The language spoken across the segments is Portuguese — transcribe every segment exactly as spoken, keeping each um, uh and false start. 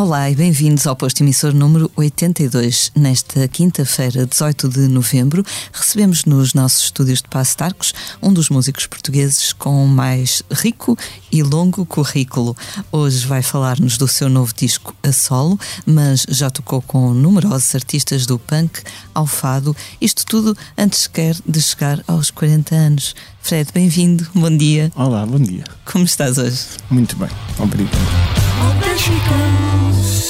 Olá e bem-vindos ao posto emissor número oitenta e dois. Nesta quinta-feira, dezoito de novembro, recebemos nos nossos estúdios de Paço de Arcos um dos músicos portugueses com mais rico e longo currículo. Hoje vai falar-nos do seu novo disco a solo, mas já tocou com numerosos artistas do punk ao fado, isto tudo antes sequer de chegar aos quarenta anos. Fred, bem-vindo, bom dia. Olá, bom dia. Como estás hoje? Muito bem, obrigado. Oh, there she goes.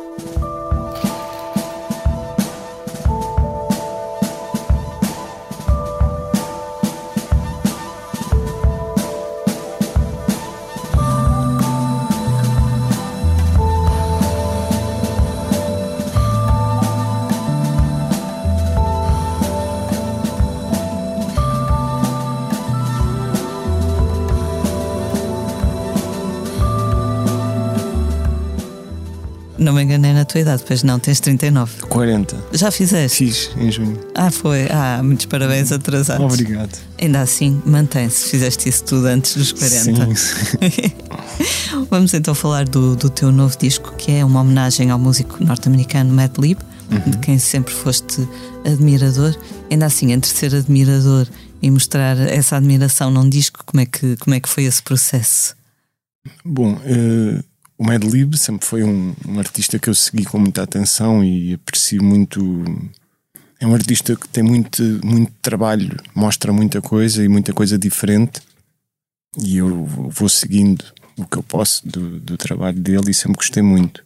Não me enganei na tua idade, pois não, tens trinta e nove. quarenta. Já fizeste? Fiz em junho. Ah, foi. Ah, muitos parabéns atrasados. Obrigado. Ainda assim, mantém-se. Fizeste isso tudo antes dos quarenta. Sim. Vamos então falar do, do teu novo disco, que é uma homenagem ao músico norte-americano Madlib, uhum. de quem sempre foste admirador. Ainda assim, entre ser admirador e mostrar essa admiração num disco, como é que, como é que foi esse processo? Bom, uh, o Madlib sempre foi um, um artista que eu segui com muita atenção e aprecio muito. É um artista que tem muito, muito trabalho, mostra muita coisa e muita coisa diferente, e eu vou seguindo o que eu posso do, do trabalho dele e sempre gostei muito.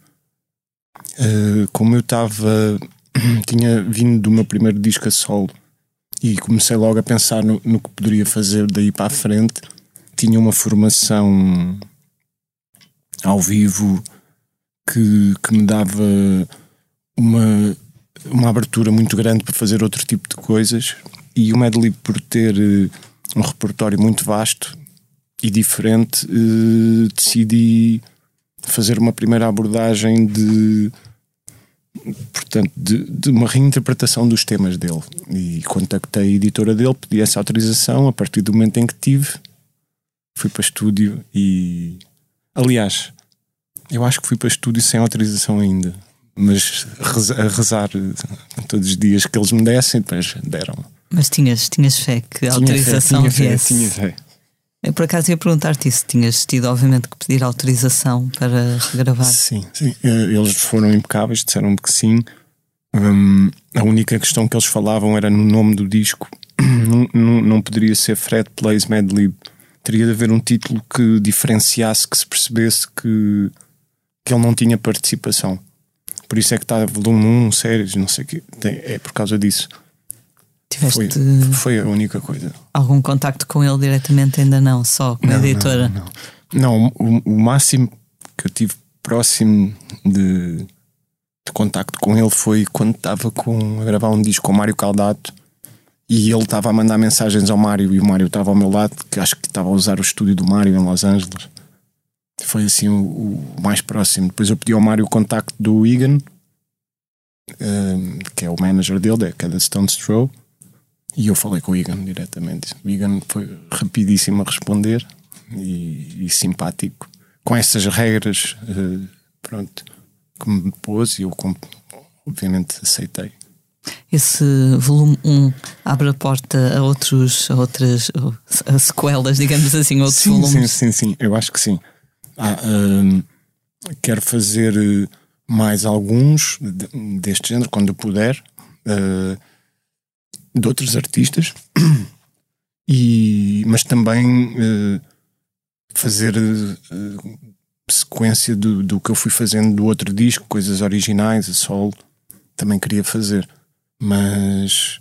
Uh, como eu estava, tinha vindo do meu primeiro disco a solo e comecei logo a pensar no, no que poderia fazer daí para a frente, tinha uma formação ao vivo que, que me dava uma, uma abertura muito grande para fazer outro tipo de coisas, e o Madlib, por ter um repertório muito vasto e diferente, eh, decidi fazer uma primeira abordagem de, portanto, de, de uma reinterpretação dos temas dele, e contactei a editora dele, pedi essa autorização. A partir do momento em que tive, fui para estúdio e... Aliás, eu acho que fui para estúdio sem autorização ainda, mas a rezar todos os dias que eles me dessem, depois deram. Mas tinhas, tinhas fé que a autorização tinha fé, viesse? Tinha fé. Eu por acaso ia perguntar-te isso, tinhas tido obviamente que pedir autorização para regravar? Sim, sim. Eles foram impecáveis, disseram-me que sim. Um, a única questão que eles falavam era no nome do disco. não, não, não poderia ser Fred Plays Madlib. Teria de haver um título que diferenciasse, que se percebesse que, que ele não tinha participação. Por isso é que está volume um, séries, não sei o quê. É por causa disso. Tiveste foi, foi a única coisa. Algum contacto com ele diretamente? Ainda não, só com a não, editora? Não, não. não o, o máximo que eu tive próximo de, de contacto com ele foi quando estava com, a gravar um disco com o Mário Caldato. E ele estava a mandar mensagens ao Mário, e o Mário estava ao meu lado, que acho que estava a usar o estúdio do Mário em Los Angeles. Foi assim o, o mais próximo. Depois eu pedi ao Mário o contacto do Egan, um, que é o manager dele, que é da Stones Throw, e eu falei com o Egan diretamente. O Egan foi rapidíssimo a responder e, e simpático, com essas regras, uh, pronto, que me pôs, e eu obviamente aceitei. Esse volume um abre a porta a outros, a outras a sequelas, digamos assim, outros sim, volumes? Sim, sim, sim, eu acho que sim. Ah, um, quero fazer mais alguns deste género, quando eu puder, uh, de outros artistas, e, mas também uh, fazer uh, sequência do, do que eu fui fazendo do outro disco, coisas originais, a solo, também queria fazer. Mas,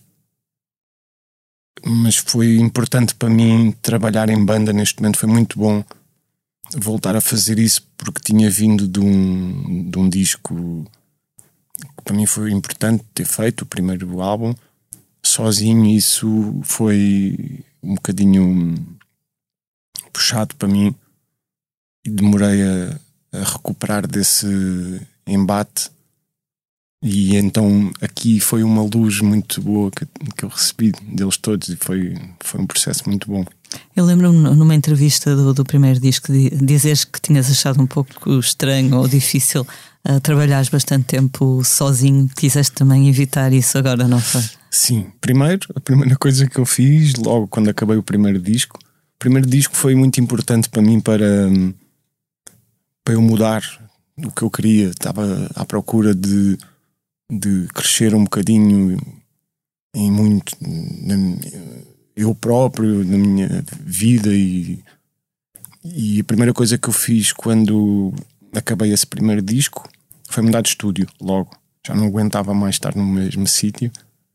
mas foi importante para mim trabalhar em banda neste momento. Foi muito bom voltar a fazer isso, porque tinha vindo de um, de um disco que para mim foi importante ter feito, o primeiro álbum sozinho. Isso foi um bocadinho puxado para mim e demorei a, a recuperar desse embate. E então aqui foi uma luz muito boa que, que eu recebi deles todos, e foi, foi um processo muito bom. Eu lembro-me numa entrevista do, do primeiro disco de dizeres que tinhas achado um pouco estranho ou difícil uh, trabalhares bastante tempo sozinho, quiseste também evitar isso agora, não foi? Sim, primeiro, a primeira coisa que eu fiz logo quando acabei o primeiro disco, o primeiro disco foi muito importante para mim para, para eu mudar o que eu queria. Estava à procura de, de crescer um bocadinho em muito na, eu próprio, na minha vida, e, e a primeira coisa que eu fiz quando acabei esse primeiro disco foi mudar de estúdio logo. Já não aguentava mais estar no mesmo sítio.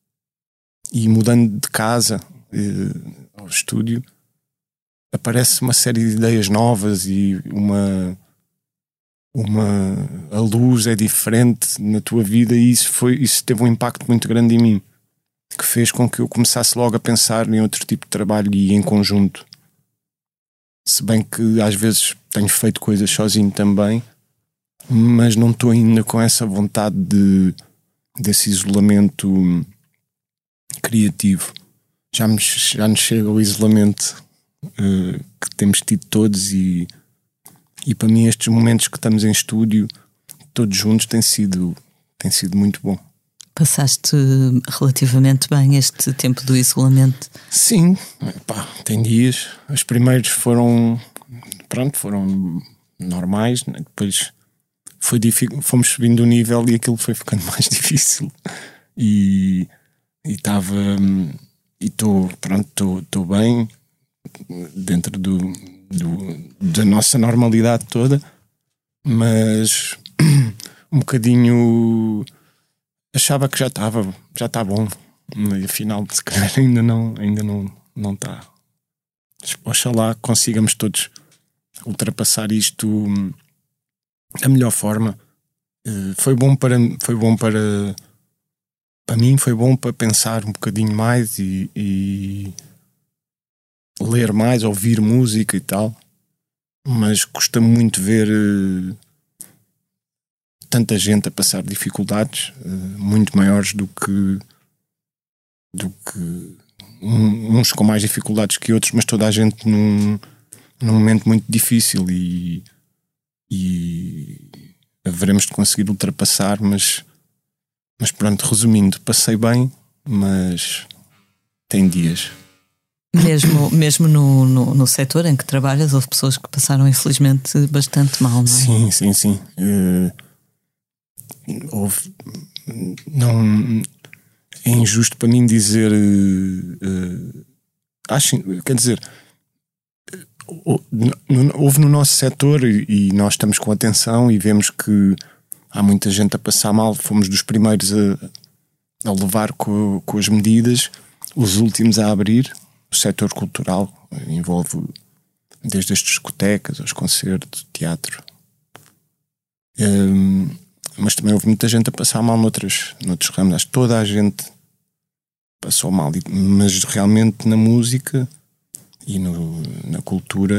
E mudando de casa eh, ao estúdio, aparece uma série de ideias novas e uma, uma a luz é diferente na tua vida, e isso, foi, isso teve um impacto muito grande em mim, que fez com que eu começasse logo a pensar em outro tipo de trabalho e em conjunto. Se bem que às vezes tenho feito coisas sozinho também, mas não estou ainda com essa vontade de, desse isolamento criativo. Já, me, já nos chega o isolamento uh, que temos tido todos, e, e para mim estes momentos que estamos em estúdio todos juntos tem sido, tem sido muito bom. Passaste relativamente bem este tempo do isolamento? Sim, pá, tem dias. Os primeiros foram, pronto, foram normais, né? Depois foi difícil, fomos subindo o nível e aquilo foi ficando mais difícil. E estava e estou pronto, estou bem dentro do, do, da nossa normalidade toda, mas um bocadinho achava que já estava já está bom, e afinal se calhar ainda não ainda não não está. Oxalá consigamos todos ultrapassar isto da melhor forma. Foi bom para foi bom para Para mim foi bom para pensar um bocadinho mais e, e ler mais, ouvir música e tal, mas custa muito ver uh, tanta gente a passar dificuldades uh, muito maiores do que, do que um, uns com mais dificuldades que outros, mas toda a gente num, num momento muito difícil, e, e haveremos de conseguir ultrapassar, mas Mas pronto, resumindo, passei bem, mas tem dias. Mesmo, mesmo no, no, no setor em que trabalhas, houve pessoas que passaram infelizmente bastante mal, não é? Sim, sim, sim. Uh, houve. Não. É injusto para mim dizer. Uh, uh, acho, quer dizer. Houve no nosso setor, e, e nós estamos com atenção e vemos que há muita gente a passar mal. Fomos dos primeiros a, a levar com, com as medidas, os últimos a abrir. O setor cultural envolve desde as discotecas aos concertos, teatro. Um, mas também houve muita gente a passar mal noutros, noutros ramos. Acho que toda a gente passou mal, mas realmente na música e no, na cultura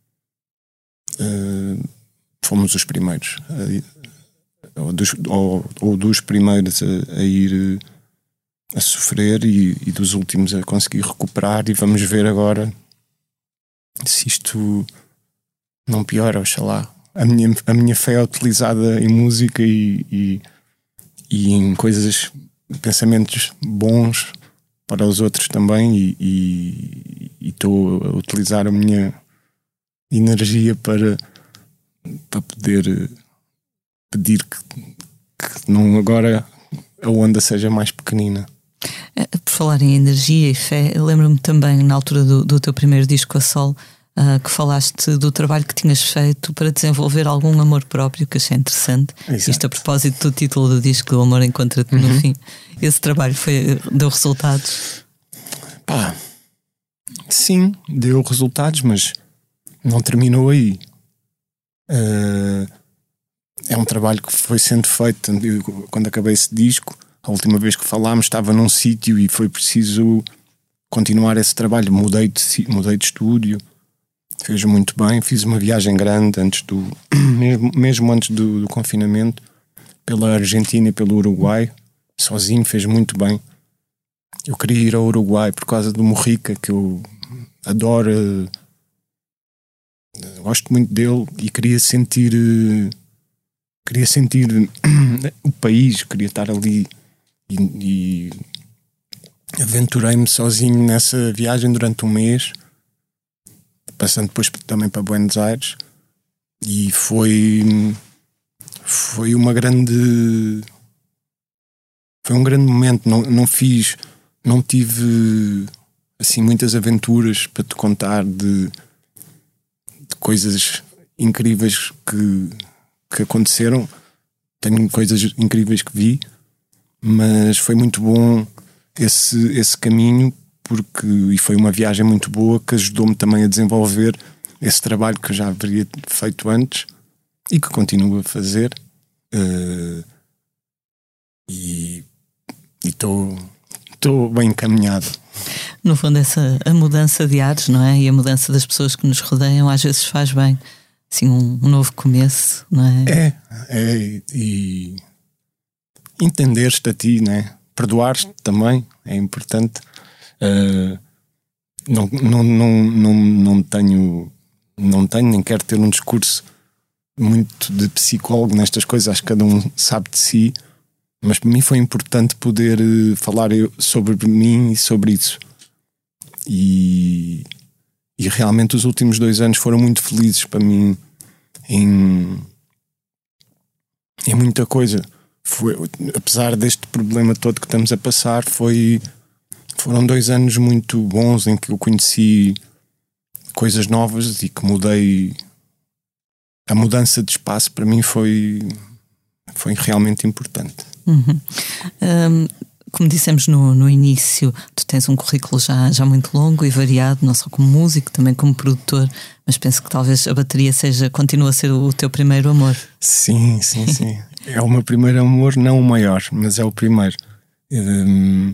uh, fomos os primeiros a, ou, dos, ou, ou dos primeiros a, a ir a sofrer, e, e dos últimos a conseguir recuperar. E vamos ver agora se isto não piora. Oxalá. A minha, a minha fé é utilizada em música e, e, e em coisas, pensamentos bons para os outros também, e estou a utilizar a minha energia para, para poder pedir que, que não agora a onda seja mais pequenina. Por falar em energia e fé, eu lembro-me também na altura do, do teu primeiro disco a solo, uh, que falaste do trabalho que tinhas feito para desenvolver algum amor próprio, que achei interessante. Exato. Isto a propósito do título do disco, O Amor Encontra-te no Uhum. Fim. Esse trabalho foi, deu resultados? Pá, sim, deu resultados, mas não terminou aí. Uh, é um trabalho que foi sendo feito. Eu, quando acabei esse disco, a última vez que falámos, estava num sítio e foi preciso continuar esse trabalho. Mudei de, mudei de estúdio, fez muito bem. Fiz uma viagem grande antes do mesmo, mesmo antes do, do confinamento, pela Argentina e pelo Uruguai, sozinho, fez muito bem. Eu queria ir ao Uruguai por causa do Mujica, que eu adoro, gosto muito dele, e queria sentir queria sentir o país, queria estar ali e, e aventurei-me sozinho nessa viagem durante um mês, passando depois também para Buenos Aires, e foi foi uma grande foi um grande momento. Não, não fiz, não tive assim muitas aventuras para te contar de, de coisas incríveis que, que aconteceram. Tenho coisas incríveis que vi, mas foi muito bom esse, esse caminho, porque e foi uma viagem muito boa que ajudou-me também a desenvolver esse trabalho que eu já haveria feito antes e que continuo a fazer. Uh, e estou bem encaminhado. No fundo, essa, a mudança de ares, não é? E a mudança das pessoas que nos rodeiam às vezes faz bem. Assim, um, um novo começo, não é? É, é, e entender-te a ti, né? Perdoar-te também é importante. Uh, não, não, não, não, não tenho não tenho nem quero ter um discurso muito de psicólogo nestas coisas. Acho que cada um sabe de si, mas para mim foi importante poder falar sobre mim e sobre isso. E, e realmente os últimos dois anos foram muito felizes para mim em, em muita coisa. Foi, apesar deste problema todo que estamos a passar, foi, foram dois anos muito bons em que eu conheci coisas novas e que mudei. A mudança de espaço para mim foi, foi realmente importante. Uhum. Um, como dissemos no, no início, tu tens um currículo já, já muito longo e variado, não só como músico, também como produtor, mas penso que talvez a bateria seja, continua a ser o, o teu primeiro amor. Sim, sim, sim. É o meu primeiro amor, não o maior, mas é o primeiro. Um,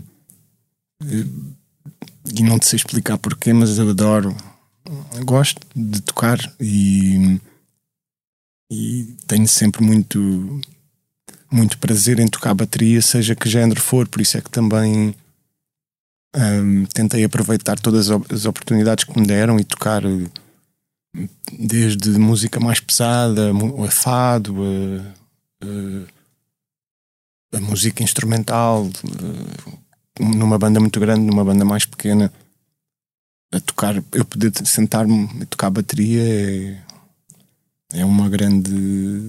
e não te sei explicar porquê, mas eu adoro, eu gosto de tocar e, e tenho sempre muito... muito prazer em tocar a bateria, seja que género for. Por isso é que também um, tentei aproveitar todas as oportunidades que me deram e tocar desde música mais pesada, a fado, a, a, a música instrumental, a, numa banda muito grande, numa banda mais pequena. A tocar, eu poder sentar-me e tocar a bateria é, é uma grande...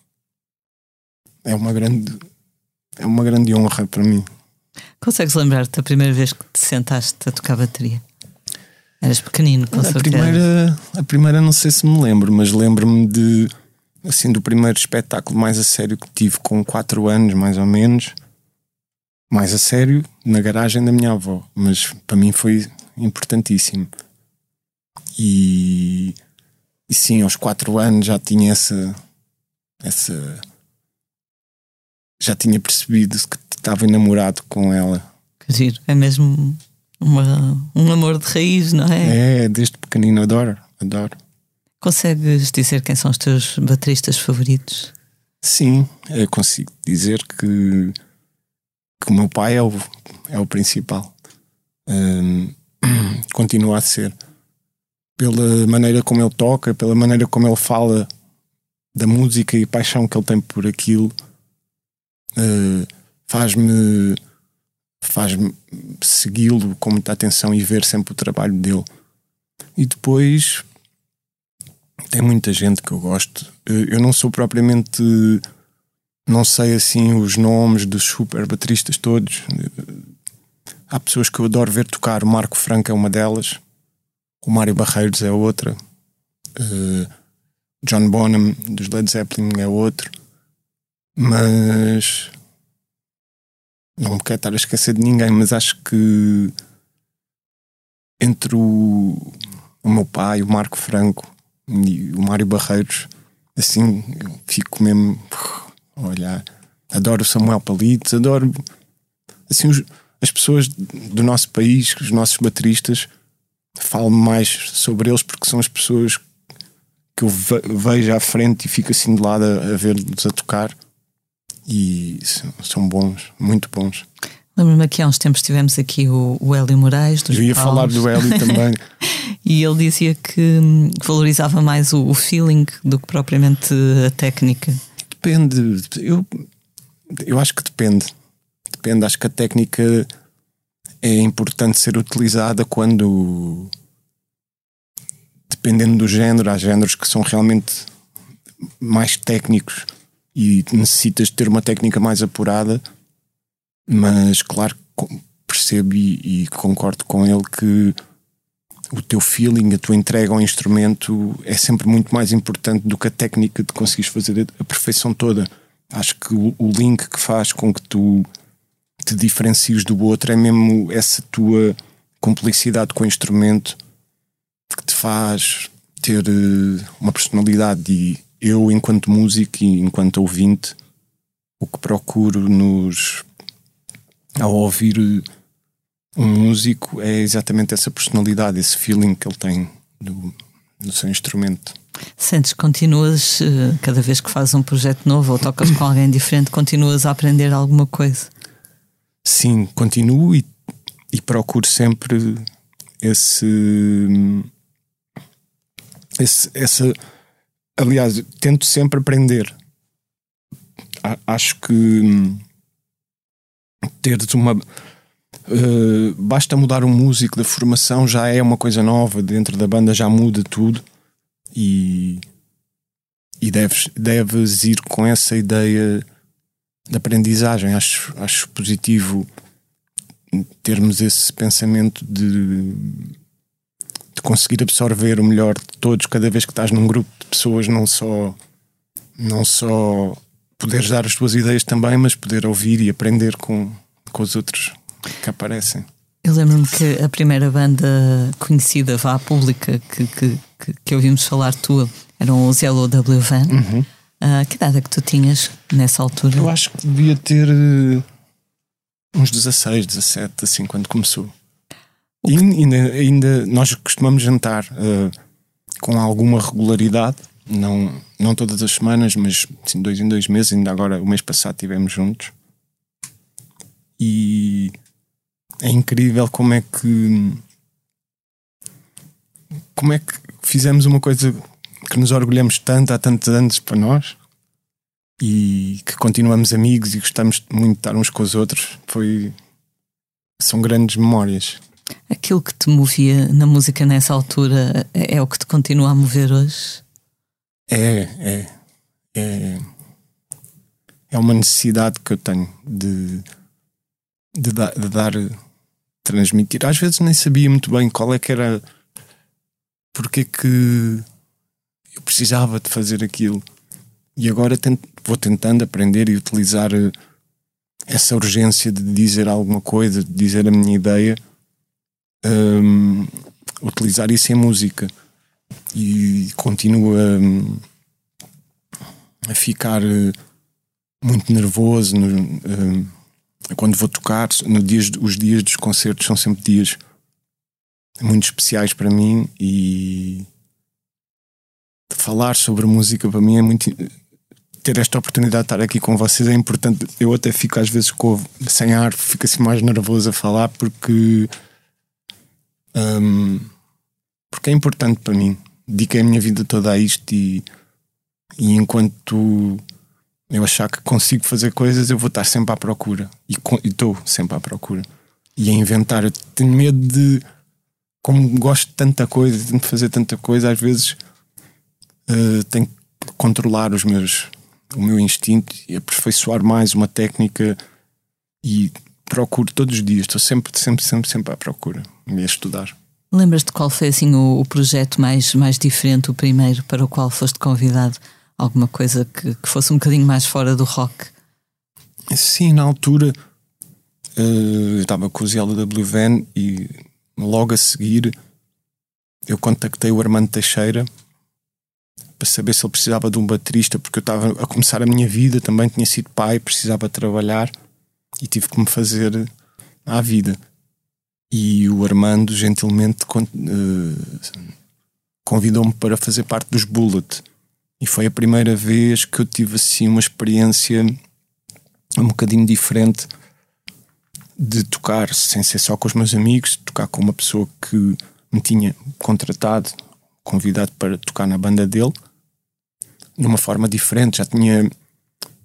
É uma grande é uma grande honra para mim. Consegues lembrar-te da primeira vez que te sentaste a tocar bateria? Eras pequenino, com a certeza. Primeira, a primeira não sei se me lembro, mas lembro-me de assim, do primeiro espetáculo mais a sério que tive com quatro anos, mais ou menos. Mais a sério, na garagem da minha avó. Mas para mim foi importantíssimo. E, e sim, aos quatro anos já tinha essa... essa já tinha percebido que estava enamorado com ela. Que giro, é mesmo uma, um amor de raiz, não é? É, desde pequenino, adoro, adoro. Consegues dizer quem são os teus bateristas favoritos? Sim, eu consigo dizer que, que o meu pai é o, é o principal. Um, continua a ser. Pela maneira como ele toca, pela maneira como ele fala da música e a paixão que ele tem por aquilo. Uh, faz-me faz-me segui-lo com muita atenção e ver sempre o trabalho dele. E depois tem muita gente que eu gosto. Uh, eu não sou propriamente, não sei assim os nomes dos super bateristas todos. Uh, há pessoas que eu adoro ver tocar. O Marco Franco é uma delas, o Mário Barreiros é outra, uh, John Bonham dos Led Zeppelin é outro. Mas não me quero estar a esquecer de ninguém, mas acho que entre o, o meu pai, o Marco Franco e o Mário Barreiros, assim, eu fico mesmo a olhar. Adoro o Samuel Palides, adoro assim, os, as pessoas do nosso país, os nossos bateristas. Falo mais sobre eles porque são as pessoas que eu vejo à frente e fico assim de lado a, a ver-los a tocar. E são bons, muito bons. Lembro-me que há uns tempos tivemos aqui o, o Hélio Moraes dos Eu ia Paulos. falar do Hélio também. E ele dizia que valorizava mais o, o feeling do que propriamente a técnica. Depende. Eu, eu acho que depende. Depende. Acho que a técnica é importante ser utilizada quando, dependendo do género, há géneros que são realmente mais técnicos e necessitas de ter uma técnica mais apurada, mas claro, percebo e, e concordo com ele que o teu feeling, a tua entrega ao instrumento é sempre muito mais importante do que a técnica de conseguires fazer a perfeição toda. Acho que o, o link que faz com que tu te diferencies do outro é mesmo essa tua cumplicidade com o instrumento que te faz ter uma personalidade. E eu, enquanto músico e enquanto ouvinte, o que procuro nos ao ouvir um músico é exatamente essa personalidade, esse feeling que ele tem do, do seu instrumento. Sentes que continuas, cada vez que fazes um projeto novo ou tocas com alguém diferente, continuas a aprender alguma coisa? Sim, continuo e, e procuro sempre esse, esse essa, aliás, tento sempre aprender. Acho que teres uma uh, basta mudar um músico da formação, já é uma coisa nova dentro da banda, já muda tudo e, e deves, deves ir com essa ideia de aprendizagem. Acho, acho positivo termos esse pensamento de, de conseguir absorver o melhor de todos cada vez que estás num grupo de pessoas, não só não só poderes dar as tuas ideias também, mas poder ouvir e aprender com, com os outros que aparecem. Eu lembro-me que a primeira banda conhecida, vá, pública, que, que, que, que ouvimos falar tua, eram os Yellow W Van. Uhum. Uh, que idade é que tu tinhas nessa altura? Eu acho que devia ter uh, uns dezasseis, dezassete, assim, quando começou. E ainda, ainda nós costumamos jantar uh, com alguma regularidade, não, não todas as semanas, mas assim, dois em dois meses. Ainda agora, o mês passado, estivemos juntos. E é incrível como é que como é que fizemos uma coisa que nos orgulhamos tanto há tantos anos para nós e que continuamos amigos e gostamos muito de estar uns com os outros. Foi, são grandes memórias. Aquilo que te movia na música nessa altura é, é o que te continua a mover hoje? É, é, é, é uma necessidade que eu tenho de, de, da, de dar, transmitir. Às vezes nem sabia muito bem qual é que era, porque é que eu precisava de fazer aquilo. E agora tento, vou tentando aprender e utilizar essa urgência de dizer alguma coisa, de dizer a minha ideia, um, utilizar isso em música. E continuo a, a ficar muito nervoso no, um, quando vou tocar. No dias, os dias dos concertos são sempre dias muito especiais para mim, e falar sobre música para mim é muito. Ter esta oportunidade de estar aqui com vocês é importante. Eu até fico às vezes com, sem ar, fico assim mais nervoso a falar porque um, porque é importante para mim. Dediquei a minha vida toda a isto e, e enquanto eu achar que consigo fazer coisas, eu vou estar sempre à procura e estou sempre à procura e a inventar. Eu tenho medo de, como gosto de tanta coisa, tenho de fazer tanta coisa, às vezes uh, tenho que controlar os meus o meu instinto e aperfeiçoar mais uma técnica, e procuro todos os dias, estou sempre, sempre, sempre, sempre à procura e a estudar. Lembras-te qual foi assim o, o projeto mais, mais diferente, o primeiro para o qual foste convidado? Alguma coisa que, que fosse um bocadinho mais fora do rock? Sim, na altura uh, eu estava com o Yellow W Van e logo a seguir eu contactei o Armando Teixeira para saber se ele precisava de um baterista, porque eu estava a começar a minha vida, também tinha sido pai, precisava trabalhar e tive que me fazer à vida. E o Armando gentilmente convidou-me para fazer parte dos Bullet, e foi a primeira vez que eu tive assim uma experiência um bocadinho diferente de tocar sem ser só com os meus amigos, de tocar com uma pessoa que me tinha contratado, convidado para tocar na banda dele de uma forma diferente. Já tinha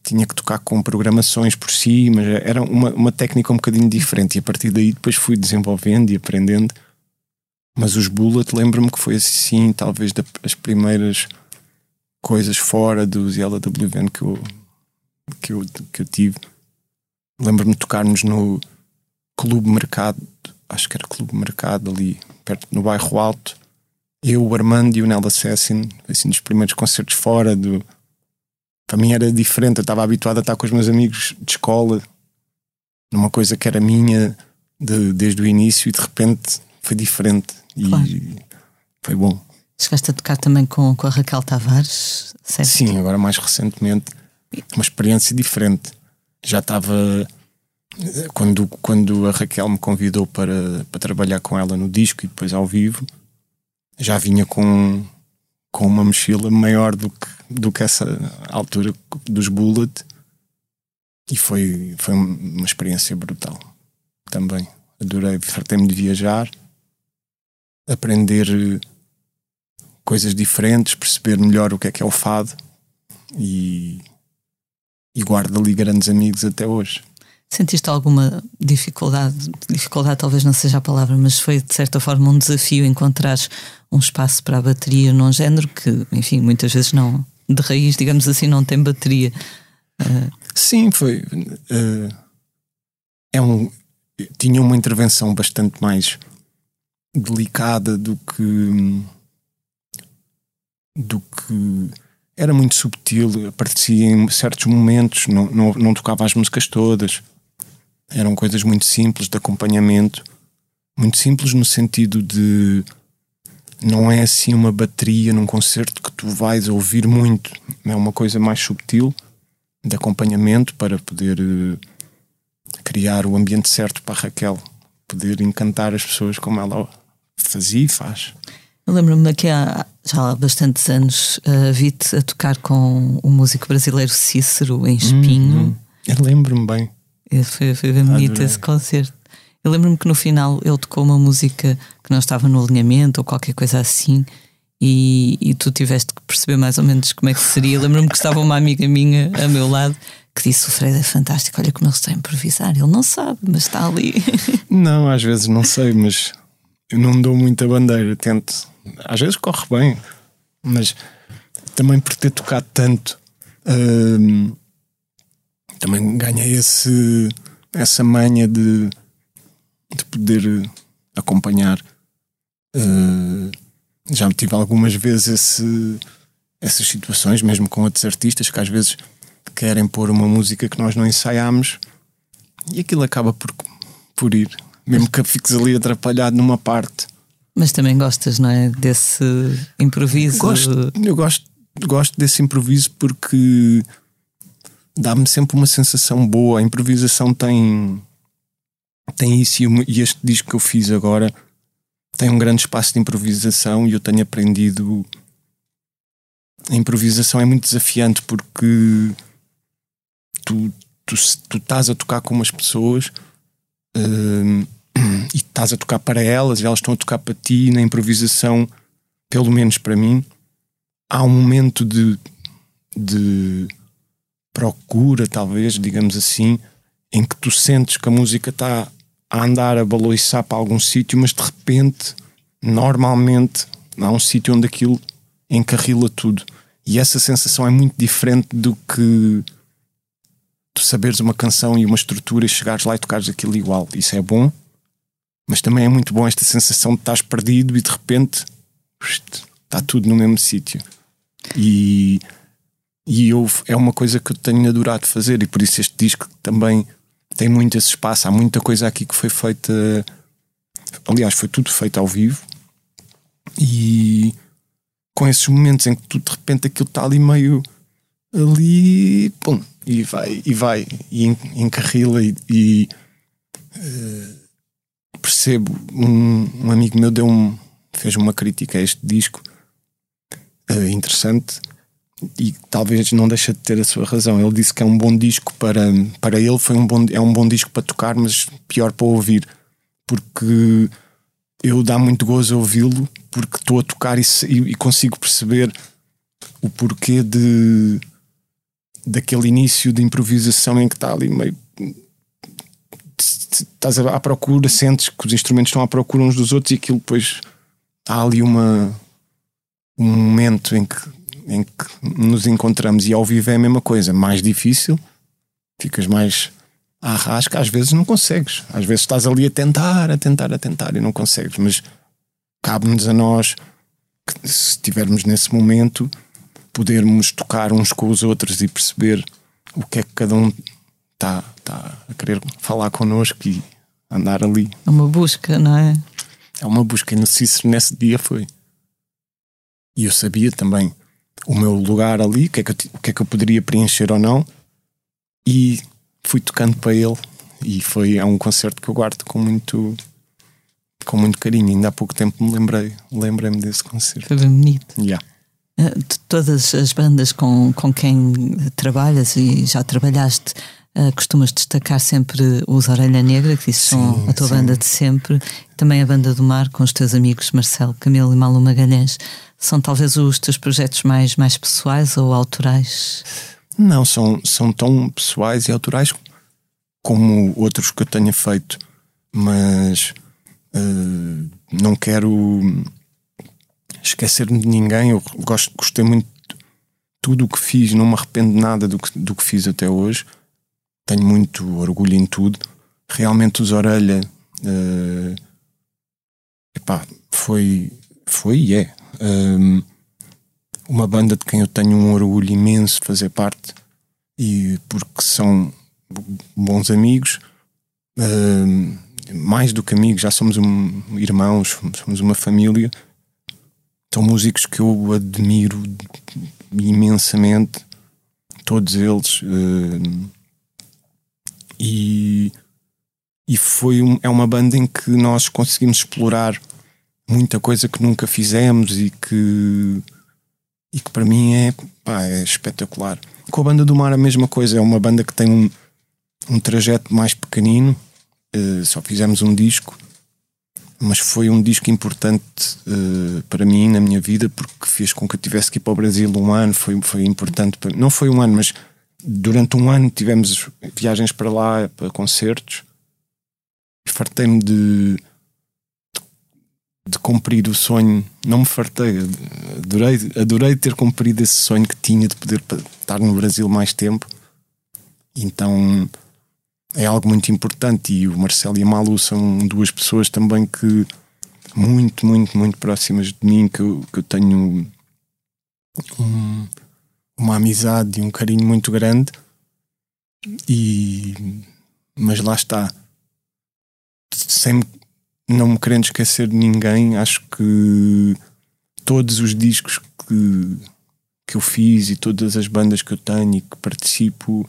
tinha que tocar com programações por si, mas era uma, uma técnica um bocadinho diferente, e a partir daí depois fui desenvolvendo e aprendendo. Mas os Bullet, lembro-me que foi assim, talvez das primeiras coisas fora dos Yellow W V N que eu, que eu, que eu tive. Lembro-me de tocarmos no Clube Mercado, acho que era Clube Mercado, ali perto, no Bairro Alto. Eu, o Armando e o Nel Assassin, assim, dos primeiros concertos fora do... Para mim era diferente, eu estava habituado a estar com os meus amigos de escola, numa coisa que era minha de, desde o início, e de repente foi diferente. Claro. E foi bom. Chegaste a tocar também com, com a Raquel Tavares, certo? Sim, agora mais recentemente, uma experiência diferente. Já estava... Quando, quando a Raquel me convidou para, para trabalhar com ela no disco e depois ao vivo, já vinha com, com uma mochila maior do que, do que essa altura dos Bullet, e foi, foi uma experiência brutal também. Adorei, fartei-me de viajar, aprender coisas diferentes, perceber melhor o que é que é o fado, e, e guardo ali grandes amigos até hoje. Sentiste alguma dificuldade? Dificuldade talvez não seja a palavra, mas foi de certa forma um desafio encontrar um espaço para a bateria num género que, enfim, muitas vezes não, de raiz, digamos assim, não tem bateria. Uh... Sim, foi. Uh, é um, tinha uma intervenção bastante mais delicada do que do que era muito subtil, aparecia em certos momentos, não, não, não tocava as músicas todas. Eram coisas muito simples de acompanhamento, muito simples no sentido de não é assim uma bateria num concerto que tu vais ouvir muito, é uma coisa mais subtil de acompanhamento para poder uh, criar o ambiente certo para a Raquel poder encantar as pessoas como ela fazia e faz. Eu lembro-me que há já há bastantes anos uh, vi-te a tocar com o músico brasileiro Cícero em Espinho. Hum, hum. Eu lembro-me bem. Foi, foi bem bonito esse concerto. Eu lembro-me que no final ele tocou uma música que não estava no alinhamento ou qualquer coisa assim, e, e tu tiveste que perceber mais ou menos como é que seria. Eu lembro-me que estava uma amiga minha a meu lado que disse: o Fred é fantástico, olha como ele está a improvisar. Ele não sabe, mas está ali. Não, às vezes não sei, mas eu não dou muita bandeira, tento. Às vezes corre bem, mas também por ter tocado tanto, hum, também ganhei esse, essa manha de, de poder acompanhar. Uh, já tive algumas vezes esse, essas situações, mesmo com outros artistas, que às vezes querem pôr uma música que nós não ensaiámos, e aquilo acaba por, por ir, mesmo que fiques ali atrapalhado numa parte. Mas também gostas, não é? Desse improviso? Gosto, eu gosto, gosto desse improviso porque dá-me sempre uma sensação boa. A improvisação tem, tem isso, e este disco que eu fiz agora tem um grande espaço de improvisação, e eu tenho aprendido. A improvisação é muito desafiante porque tu, tu, tu estás a tocar com umas pessoas uh, e estás a tocar para elas, e elas estão a tocar para ti. Na improvisação, pelo menos para mim, há um momento de, de procura, talvez, digamos assim, em que tu sentes que a música está a andar a baloiçar para algum sítio, mas de repente, normalmente, há um sítio onde aquilo encarrila tudo. E essa sensação é muito diferente do que tu saberes uma canção e uma estrutura e chegares lá e tocares aquilo igual. Isso é bom, mas também é muito bom esta sensação de estás perdido e de repente está tudo no mesmo sítio. E, e eu, é uma coisa que eu tenho adorado fazer, e por isso este disco também tem muito esse espaço. Há muita coisa aqui que foi feita, aliás, foi tudo feito ao vivo, e com esses momentos em que tu de repente aquilo está ali meio ali, pum, e vai, e vai, e encarrila, e, e uh, percebo. Um, um amigo meu deu um, fez uma crítica a este disco uh, interessante, e talvez não deixa de ter a sua razão. Ele disse que é um bom disco para, para ele, foi um bom, é um bom disco para tocar, mas pior para ouvir, porque eu dá muito gozo a ouvi-lo, porque estou a tocar e, e consigo perceber o porquê de, daquele início de improvisação em que está ali meio. Estás à procura, sentes que os instrumentos estão à procura uns dos outros e aquilo depois há ali uma, um momento em que, em que nos encontramos e ao vivo é a mesma coisa, mais difícil, ficas mais à rasca, às vezes não consegues, às vezes estás ali a tentar, a tentar, a tentar e não consegues, mas cabe-nos a nós que, se estivermos nesse momento, podermos tocar uns com os outros e perceber o que é que cada um está tá a querer falar connosco e andar ali. É uma busca, não é? É uma busca, e no Cícero nesse dia foi. E eu sabia também o meu lugar ali, o que é que eu, o que é que eu poderia preencher ou não, e fui tocando para ele, e foi é um concerto que eu guardo com muito com muito carinho. Ainda há pouco tempo me lembrei lembrei-me desse concerto. Foi bem bonito. Yeah. De todas as bandas com, com quem trabalhas e já trabalhaste, Uh, costumas destacar sempre os Orelha Negra, que isso são a tua sim. banda de sempre, também a Banda do Mar, com os teus amigos Marcelo Camelo e Malu Magalhães. São talvez os teus projetos mais, mais pessoais ou autorais? Não, são, são tão pessoais e autorais como outros que eu tenha feito, mas uh, não quero esquecer de ninguém. Eu gosto, gostei muito de tudo o que fiz, não me arrependo de nada do que, do que fiz até hoje. Tenho muito orgulho em tudo. Realmente os Orelha uh, epá, foi foi e é um, uma banda de quem eu tenho um orgulho imenso de fazer parte, e porque são bons amigos, uh, mais do que amigos, já somos um, irmãos, somos uma família. São músicos que eu admiro imensamente, todos eles. Uh, E, e foi um, é uma banda em que nós conseguimos explorar muita coisa que nunca fizemos e que, e que para mim é, pá, é espetacular. Com a Banda do Mar a mesma coisa, é uma banda que tem um, um trajeto mais pequenino, uh, só fizemos um disco, mas foi um disco importante uh, para mim na minha vida, porque fez com que eu tivesse que ir para o Brasil um ano. Foi, foi importante para, não foi um ano, mas durante um ano tivemos viagens para lá, para concertos. Fartei-me de, de, de cumprir o sonho. Não me fartei, adorei, adorei ter cumprido esse sonho que tinha de poder estar no Brasil mais tempo. Então é algo muito importante, e o Marcelo e a Malu são duas pessoas também que muito, muito, muito próximas de mim, que eu, que eu tenho um uma amizade e um carinho muito grande. E mas lá está, sem não me querendo esquecer de ninguém, acho que todos os discos que, que eu fiz e todas as bandas que eu tenho e que participo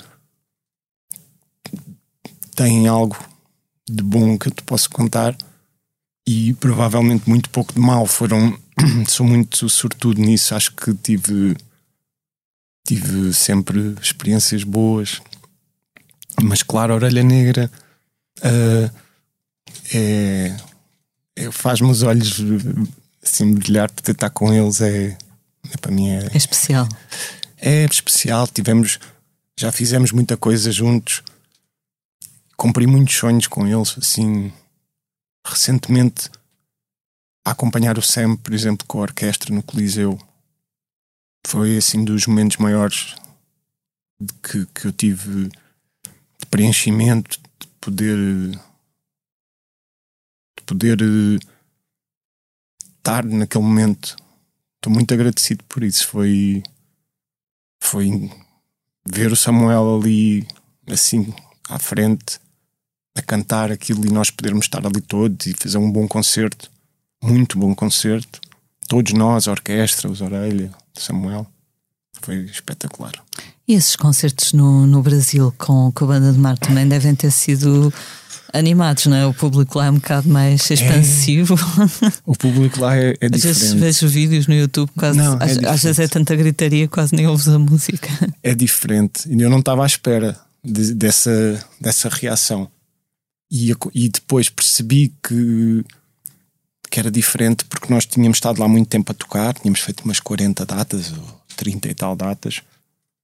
têm algo de bom que eu te posso contar, e provavelmente muito pouco de mal. Foram sou muito sortudo nisso. Acho que tive Tive sempre experiências boas, mas claro, a Orelha Negra uh, é, é, faz-me os olhos assim brilhar. Poder estar com eles é, é para mim é, é especial. É especial. Tivemos, já fizemos muita coisa juntos, cumpri muitos sonhos com eles. Assim, recentemente, a acompanhar o Sam, por exemplo, com a orquestra no Coliseu, foi assim dos momentos maiores de que, que eu tive de preenchimento, de poder de poder estar naquele momento. Estou muito agradecido por isso. Foi foi ver o Samuel ali assim à frente a cantar aquilo, e nós podermos estar ali todos e fazer um bom concerto, muito bom concerto, todos nós, a orquestra, os Orelha, Samuel. Foi espetacular. E esses concertos no, no Brasil com, com a Banda do Mar também devem ter sido animados, não é? O público lá é um bocado mais expansivo. É. O público lá é, é diferente. Às vezes vejo vídeos no YouTube, quase, não, é às, às vezes é tanta gritaria, quase nem ouves a música. É diferente. E eu não estava à espera de, dessa, dessa reação. E, e depois percebi que que era diferente, porque nós tínhamos estado lá muito tempo a tocar, tínhamos feito umas quarenta datas ou trinta e tal datas,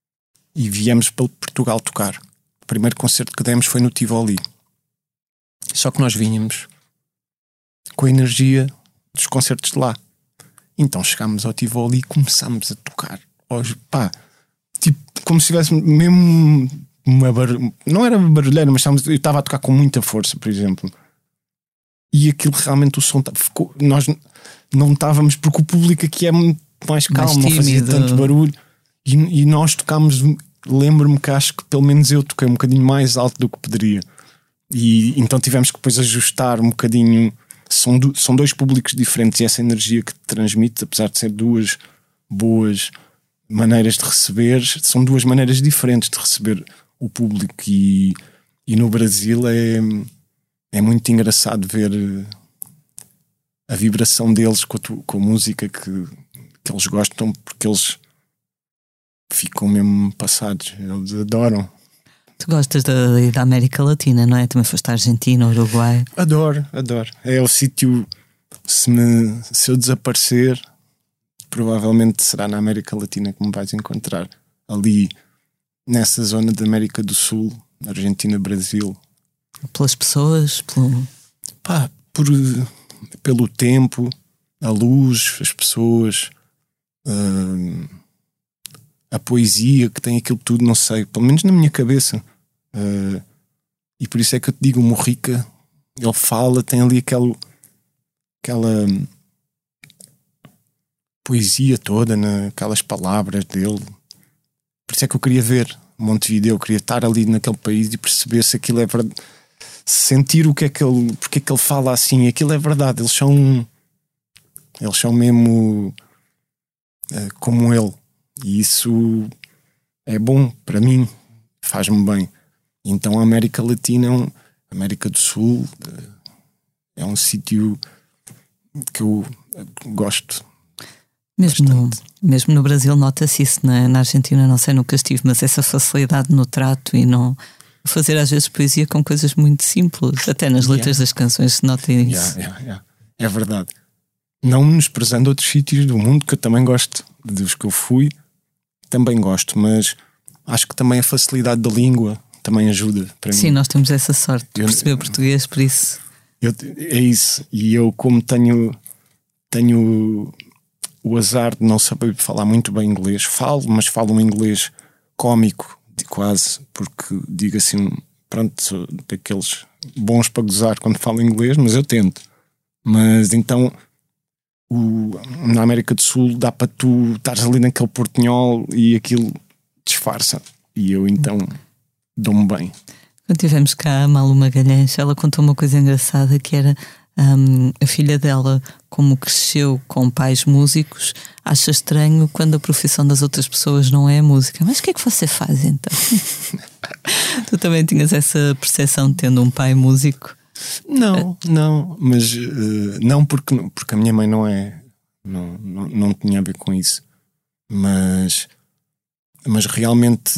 e viemos para Portugal tocar. O primeiro concerto que demos foi no Tivoli. Só que nós vínhamos com a energia dos concertos de lá. Então chegámos ao Tivoli e começámos a tocar. Hoje, pá, tipo, como se tivesse mesmo uma bar... não era barulheira, mas estávamos... eu estava a tocar com muita força, por exemplo. E aquilo realmente, o som ficou... nós não estávamos, porque o público aqui é muito mais calmo, mais não fazia tanto barulho. E, e nós tocámos, lembro-me que acho que pelo menos eu toquei um bocadinho mais alto do que poderia. E então tivemos que depois ajustar um bocadinho. São, do, são dois públicos diferentes, e essa energia que te transmite, apesar de ser duas boas maneiras de receber, são duas maneiras diferentes de receber o público. E, e no Brasil é, é muito engraçado ver a vibração deles com a, tu, com a música que, que eles gostam, porque eles ficam mesmo passados, eles adoram. Tu gostas da, da América Latina, não é? Também foste à Argentina, Uruguai. Adoro, adoro. É o sítio, se, me, se eu desaparecer, provavelmente será na América Latina que me vais encontrar. Ali, nessa zona da América do Sul, Argentina, Brasil. Pelas pessoas, pelo... Pá, por, pelo tempo, a luz, as pessoas, hum, a poesia que tem aquilo tudo, não sei, pelo menos na minha cabeça. Uh, e por isso é que eu te digo, o Mujica, ele fala, tem ali aquela, aquela poesia toda naquelas palavras dele. Por isso é que eu queria ver Montevideo, eu queria estar ali naquele país e perceber se aquilo é verdade, sentir o que é que ele, porque é que ele fala assim. Aquilo é verdade, eles são eles são mesmo uh, como ele, e isso é bom para mim, faz-me bem. Então a América Latina, a América do Sul, é um sítio que eu gosto. Mesmo no, mesmo no Brasil nota-se isso, na, na Argentina não sei, nunca estive, mas essa facilidade no trato e não fazer às vezes poesia com coisas muito simples, até nas letras yeah. das canções se nota isso. Yeah, yeah, yeah. É verdade. Não menosprezando outros sítios do mundo que eu também gosto, dos que eu fui, também gosto, mas acho que também a facilidade da língua também ajuda para Sim, mim. nós temos essa sorte de eu, perceber português, por isso. Eu, é isso. E eu, como tenho, tenho o azar de não saber falar muito bem inglês, falo, mas falo um inglês cómico, de quase, porque digo assim, pronto, sou daqueles bons para gozar quando falo inglês, mas eu tento. Mas então, o, na América do Sul dá para tu estares ali naquele portunhol e aquilo disfarça. E eu então dou-me bem. Quando tivemos cá a Malu Magalhães, ela contou uma coisa engraçada, que era um, a filha dela, como cresceu com pais músicos, acha estranho quando a profissão das outras pessoas não é a música. Mas o que é que você faz então? Tu também tinhas essa percepção tendo um pai músico? Não, não, mas uh, não porque, porque a minha mãe não é, não, não, não tinha a ver com isso, mas, mas realmente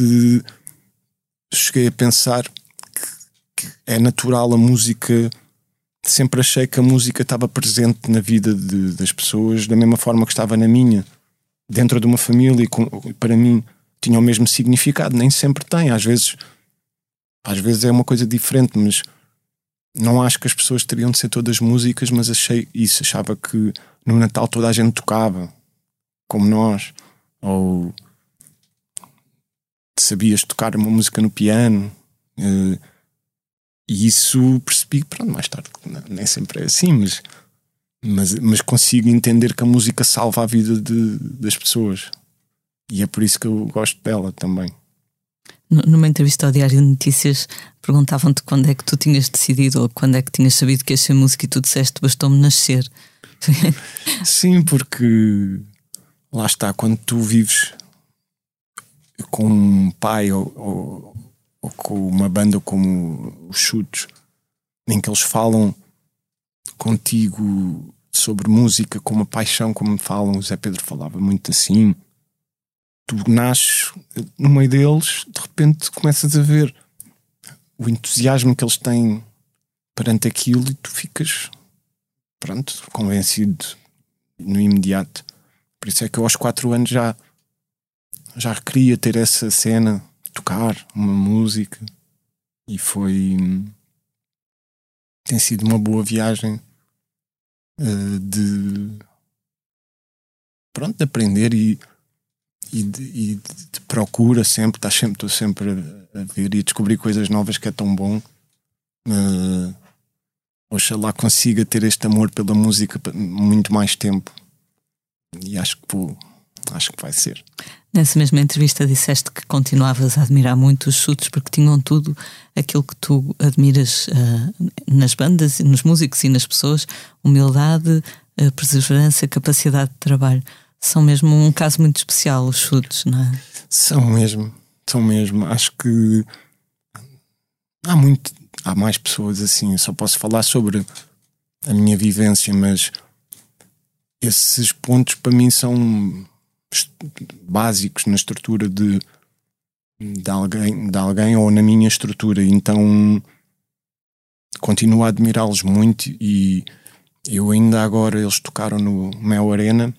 cheguei a pensar que, que é natural a música. Sempre achei que a música estava presente na vida de, das pessoas da mesma forma que estava na minha, dentro de uma família, e com, para mim tinha o mesmo significado. Nem sempre tem, às vezes, às vezes é uma coisa diferente, mas não acho que as pessoas teriam de ser todas músicas, mas achei isso, achava que no Natal toda a gente tocava, como nós, ou sabias tocar uma música no piano, e isso percebi, pronto, mais tarde, nem sempre é assim, mas, mas, mas consigo entender que a música salva a vida de, das pessoas, e é por isso que eu gosto dela também. Numa entrevista ao Diário de Notícias, perguntavam-te quando é que tu tinhas decidido ou quando é que tinhas sabido que ias ser músico, e tu disseste: bastou-me nascer. Sim, porque lá está, quando tu vives com um pai ou, ou, ou com uma banda como os Chutes, em que eles falam contigo sobre música com uma paixão, como falam, o Zé Pedro falava muito assim. Tu nasces no meio deles, de repente começas a ver o entusiasmo que eles têm perante aquilo e tu ficas, pronto, convencido no imediato. Por isso é que eu aos quatro anos já, já queria ter essa cena tocar uma música, e foi tem sido uma boa viagem uh, de pronto, de aprender e, e, de, e de, de procura sempre, estou sempre, sempre a, a ver e a descobrir coisas novas, que é tão bom. Uh, oxalá consiga ter este amor pela música muito mais tempo, e acho que vou, acho que vai ser. Nessa mesma entrevista disseste que continuavas a admirar muito os Chutes porque tinham tudo aquilo que tu admiras uh, nas bandas, nos músicos e nas pessoas: humildade, uh, perseverança, capacidade de trabalho. São mesmo um caso muito especial, os Chutes, não é? São mesmo, são mesmo. Acho que há muito, há mais pessoas assim. Eu só posso falar sobre a minha vivência, mas esses pontos para mim são básicos na estrutura de, de, alguém, de alguém ou na minha estrutura. Então continuo a admirá-los muito, e eu ainda agora, eles tocaram no Mel Arena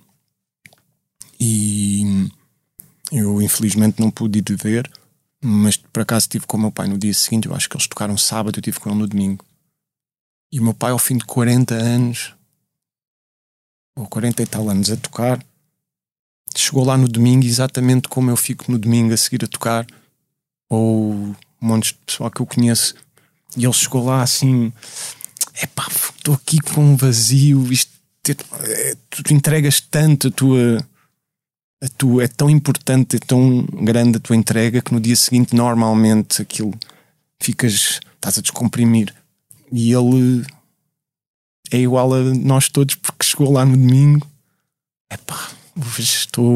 e eu infelizmente não pude ir ver, mas por acaso estive com o meu pai no dia seguinte. Eu acho que eles tocaram sábado, eu estive com ele no domingo, e o meu pai, ao fim de quarenta anos ou quarenta e tal anos a tocar, chegou lá no domingo exatamente como eu fico no domingo a seguir a tocar, ou montes de pessoal que eu conheço, e ele chegou lá assim: epá, estou aqui com um vazio, isto, é, tu entregas tanto, a tua, a tua é tão importante, é tão grande a tua entrega, que no dia seguinte normalmente aquilo ficas, estás a descomprimir, e ele é igual a nós todos, porque chegou lá no domingo, epá, hoje estou,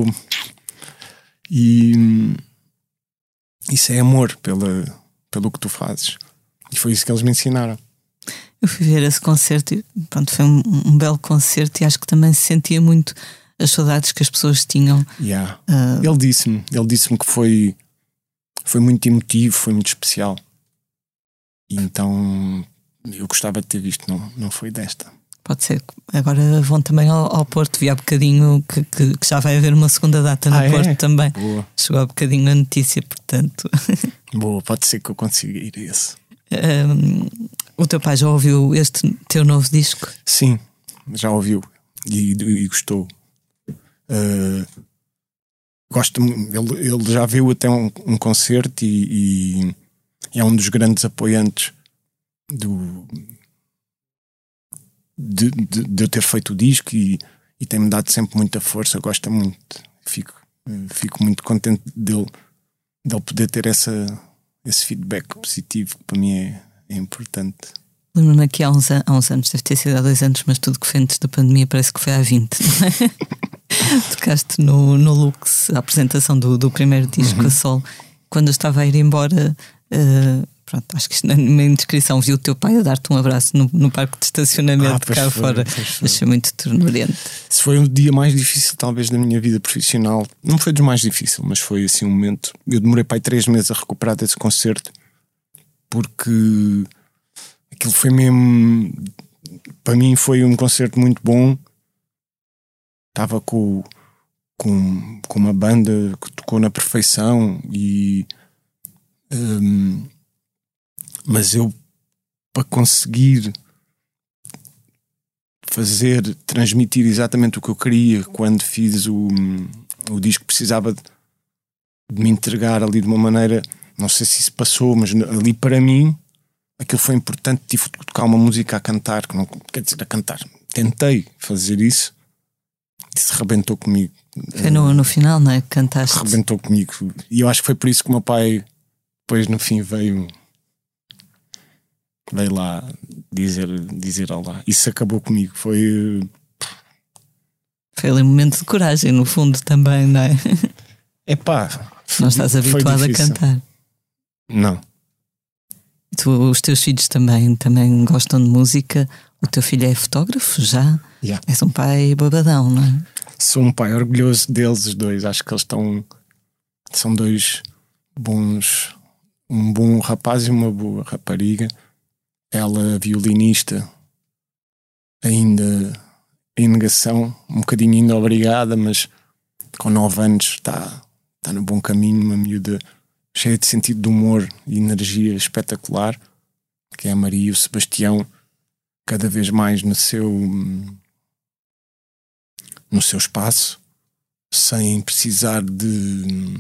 e isso é amor pela, pelo que tu fazes, e foi isso que eles me ensinaram. Eu fui ver esse concerto e pronto, foi um, um belo concerto, e acho que também se sentia muito as saudades que as pessoas tinham. Yeah. Uh... Ele disse-me, ele disse-me que foi, foi muito emotivo, foi muito especial, e então eu gostava de ter visto, não, não foi desta. Pode ser. Agora vão também ao, ao Porto. Vi há bocadinho que, que, que já vai haver uma segunda data no ah, Porto, é? Também. Boa. Chegou há bocadinho a notícia, portanto. Boa, pode ser que eu consiga ir a esse. Um, o teu pai já ouviu este teu novo disco? Sim, já ouviu e, e gostou. Uh, gosto, ele, ele já viu até um, um concerto e, e é um dos grandes apoiantes do... De, de, de eu ter feito o disco, e, e tem-me dado sempre muita força. Gosto muito, fico, fico muito contente dele, dele poder ter essa, esse feedback positivo, que para mim é, é importante. Lembro-me aqui há uns, há uns anos, deve ter sido há dois anos, mas tudo que foi antes da pandemia parece que foi há vinte, não é? Tocaste no, no Lux, a apresentação do, do primeiro disco, uhum. A Sol. Quando eu estava a ir embora, uh, pronto, acho que isto na minha descrição, vi o teu pai a dar-te um abraço no, no parque de estacionamento ah, cá foi, fora. Achei muito ternurento. Esse foi o dia mais difícil, talvez, da minha vida profissional. Não foi dos mais difíceis, mas foi assim um momento. Eu demorei para aí três meses a recuperar desse concerto, porque aquilo foi mesmo. Para mim, foi um concerto muito bom. Estava com, com, com uma banda que tocou na perfeição, e. Um, mas eu, para conseguir fazer, transmitir exatamente o que eu queria quando fiz o, o disco, precisava de, de me entregar ali de uma maneira, não sei se isso passou, mas ali para mim aquilo foi importante. Tive de tocar uma música a cantar, que não quer dizer a cantar, tentei fazer isso, isso rebentou comigo. Foi no, no final, não é? Cantaste. Rebentou comigo, e eu acho que foi por isso que o meu pai depois no fim veio veio lá dizer, dizer olá. Isso acabou comigo. Foi Foi ali um momento de coragem, no fundo, também, não é? Epá, não estás habituado a cantar. Não. Tu, os teus filhos também, também gostam de música. O teu filho é fotógrafo já? Yeah. És um pai babadão, não é? Sou um pai orgulhoso deles, os dois. Acho que eles estão. São dois bons. Um bom rapaz e uma boa rapariga. Ela, violinista, ainda em negação, um bocadinho ainda obrigada, mas com nove anos está, está no bom caminho. Uma miúda cheia de sentido de humor e energia espetacular, que é a Maria e o Sebastião, cada vez mais no seu no seu espaço, sem precisar de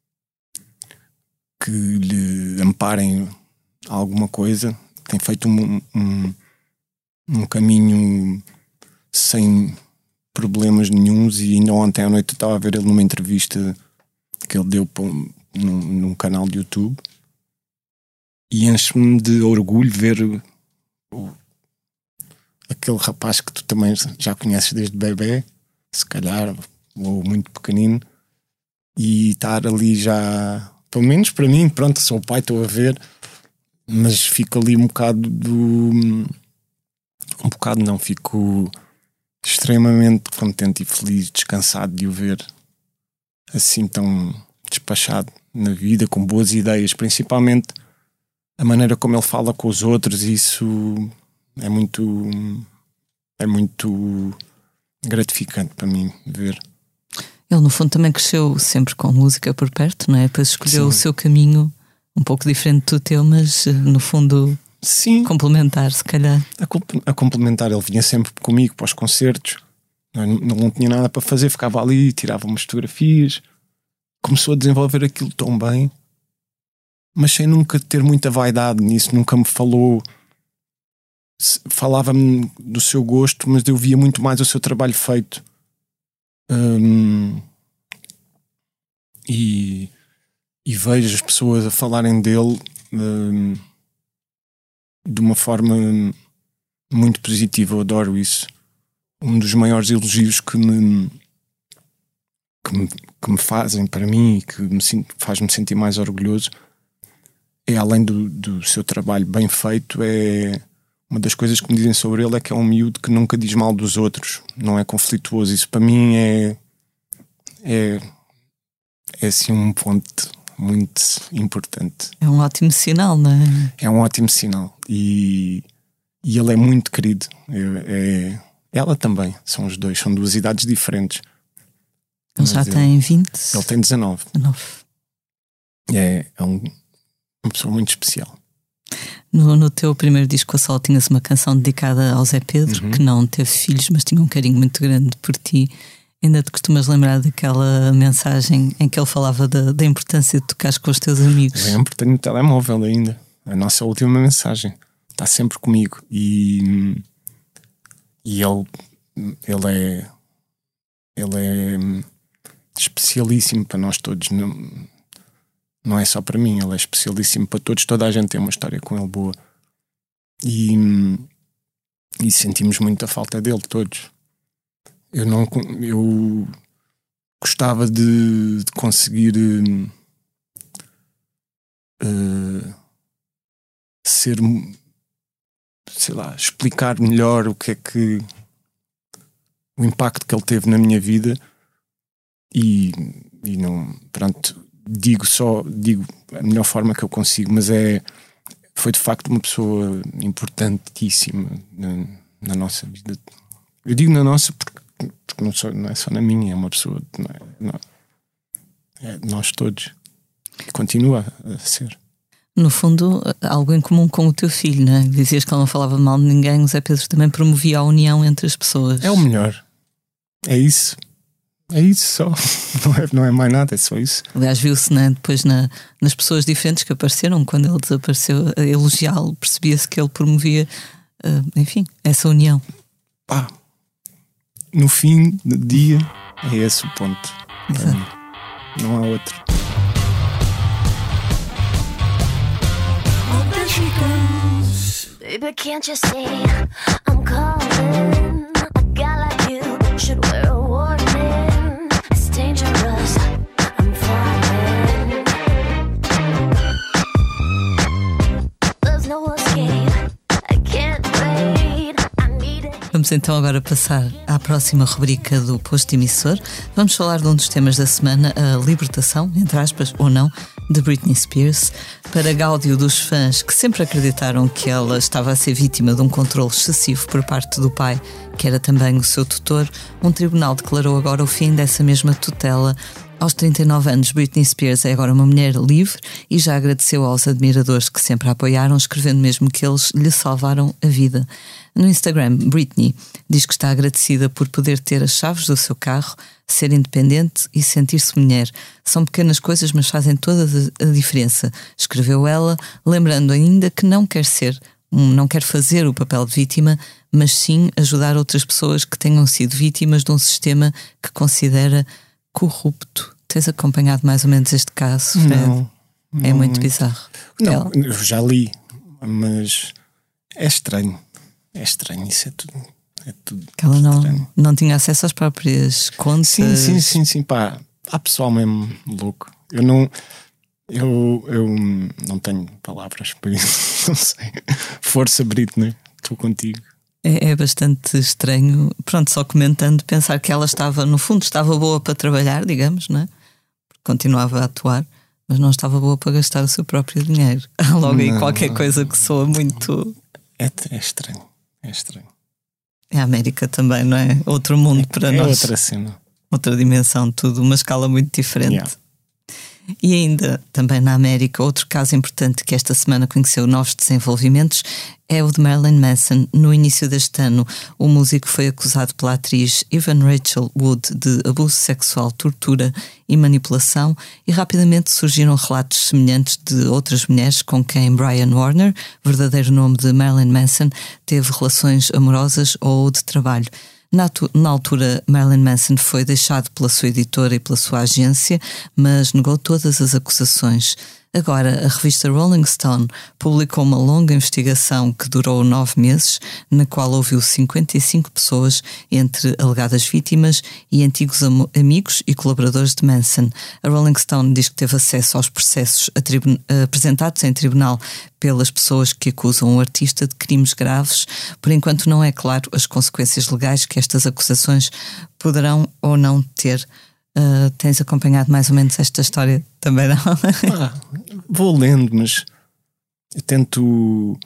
que lhe amparem alguma coisa. Tem feito um, um, um caminho sem problemas nenhuns. E ainda ontem à noite eu estava a ver ele numa entrevista que ele deu num, num canal de YouTube, e enche-me de orgulho ver o, o, aquele rapaz que tu também já conheces desde bebê, se calhar, ou muito pequenino, e estar ali já, pelo menos para mim, pronto, sou o pai, estou a ver, mas fico ali um bocado do um bocado não, fico extremamente contente e feliz, descansado de o ver assim tão despachado na vida, com boas ideias, principalmente a maneira como ele fala com os outros. Isso é muito é muito gratificante para mim ver. Ele no fundo também cresceu sempre com música por perto, não é? Depois escolheu Sim. o seu caminho um pouco diferente do teu, mas no fundo Sim. complementar, se calhar. A, comp- a complementar, ele vinha sempre comigo para os concertos, não, não, não tinha nada para fazer, ficava ali, tirava umas fotografias, começou a desenvolver aquilo tão bem, mas sem nunca ter muita vaidade nisso, nunca me falou, falava-me do seu gosto, mas eu via muito mais o seu trabalho feito. Hum, e, e vejo as pessoas a falarem dele hum, de uma forma muito positiva. Eu adoro isso. Um dos maiores elogios que me, que me, que me fazem para mim e que me faz-me sentir mais orgulhoso é, além do, do seu trabalho bem feito, é uma das coisas que me dizem sobre ele é que é um miúdo que nunca diz mal dos outros, não é conflituoso. Isso para mim é é, é assim um ponto muito importante. É um ótimo sinal, não é? É um ótimo sinal. E, e ele é muito querido. É, é, ela também. São os dois. São duas idades diferentes. Ele já ele, tem vinte? Ele tem dezanove. dezanove. É, é um, uma pessoa muito especial. No, no teu primeiro disco a solo tinhas uma canção dedicada ao Zé Pedro, uhum. que não teve filhos, mas tinha um carinho muito grande por ti. Ainda te costumas lembrar daquela mensagem em que ele falava da, da importância de tocares com os teus amigos? Lembro, tenho no telemóvel ainda. A nossa última mensagem. Está sempre comigo. E, e ele, ele é ele é especialíssimo para nós todos. Não, não é só para mim, ele é especialíssimo para todos. Toda a gente tem uma história com ele boa. E, e sentimos muito a falta dele, todos. Eu não eu gostava de, de conseguir uh, ser, sei lá, explicar melhor o que é que o impacto que ele teve na minha vida, e, e não, pronto, digo só digo a melhor forma que eu consigo, mas é foi de facto uma pessoa importantíssima na, na nossa vida. Eu digo na nossa porque porque não, só, não é só na minha, é uma pessoa, não é, não, é nós todos, e continua a ser. No fundo, algo em comum com o teu filho, não é? Dizias que ele não falava mal de ninguém, o Zé Pedro também promovia a união entre as pessoas. É o melhor, é isso, é isso só, não é, não é mais nada, é só isso. Aliás, viu-se, né, depois na, nas pessoas diferentes que apareceram, quando ele desapareceu, a elogiá-lo, percebia-se que ele promovia, uh, enfim, essa união. Pá, no fim do dia é esse o ponto. Exato. É, não há outro. Baby, can't you see I'm calling? A guy like you should wear a warning. It's dangerous, I'm falling. There's no escape, I can't wait. I need it. Vamos então agora passar à próxima rubrica do Posto Emissor. Vamos falar de um dos temas da semana, a libertação, entre aspas, ou não, de Britney Spears. Para gáudio dos fãs que sempre acreditaram que ela estava a ser vítima de um controle excessivo por parte do pai, que era também o seu tutor, um tribunal declarou agora o fim dessa mesma tutela Aos trinta e nove anos, Britney Spears é agora uma mulher livre e já agradeceu aos admiradores que sempre a apoiaram, escrevendo mesmo que eles lhe salvaram a vida. No Instagram, Britney diz que está agradecida por poder ter as chaves do seu carro, ser independente e sentir-se mulher. São pequenas coisas, mas fazem toda a diferença, escreveu ela, lembrando ainda que não quer ser, não quer fazer o papel de vítima, mas sim ajudar outras pessoas que tenham sido vítimas de um sistema que considera corrupto. Tens acompanhado mais ou menos este caso, Fred? Não, é não muito muito. bizarro. Não, Ela- eu já li, mas é estranho. É estranho, isso é tudo. É tudo Que ela não, estranho. não tinha acesso às próprias contas. Sim, sim, sim, sim, pá. Há pessoal mesmo louco. Eu não. Eu, eu não tenho palavras para isso. Não sei. Força, Britney. Estou contigo. É, é bastante estranho. Pronto, só comentando, pensar que ela estava, no fundo, estava boa para trabalhar, digamos, não é? Porque continuava a atuar, mas não estava boa para gastar o seu próprio dinheiro. Há logo aí Não. qualquer coisa que soa muito. É, é estranho. É estranho. É a América também, não é? Outro mundo para é nós. outra cena. Outra dimensão, tudo, uma escala muito diferente. Yeah. E ainda, também na América, outro caso importante que esta semana conheceu novos desenvolvimentos é o de Marilyn Manson. No início deste ano, o músico foi acusado pela atriz Evan Rachel Wood de abuso sexual, tortura e manipulação, e rapidamente surgiram relatos semelhantes de outras mulheres com quem Brian Warner, verdadeiro nome de Marilyn Manson, teve relações amorosas ou de trabalho. Na, na altura, Marilyn Manson foi deixado pela sua editora e pela sua agência, mas negou todas as acusações. Agora, a revista Rolling Stone publicou uma longa investigação que durou nove meses, na qual ouviu cinquenta e cinco pessoas, entre alegadas vítimas e antigos am- amigos e colaboradores de Manson. A Rolling Stone diz que teve acesso aos processos a tribu- apresentados em tribunal pelas pessoas que acusam o artista de crimes graves. Por enquanto não é claro as consequências legais que estas acusações poderão ou não ter. Uh, tens acompanhado mais ou menos esta história? Também não? Ah, vou lendo, mas eu tento.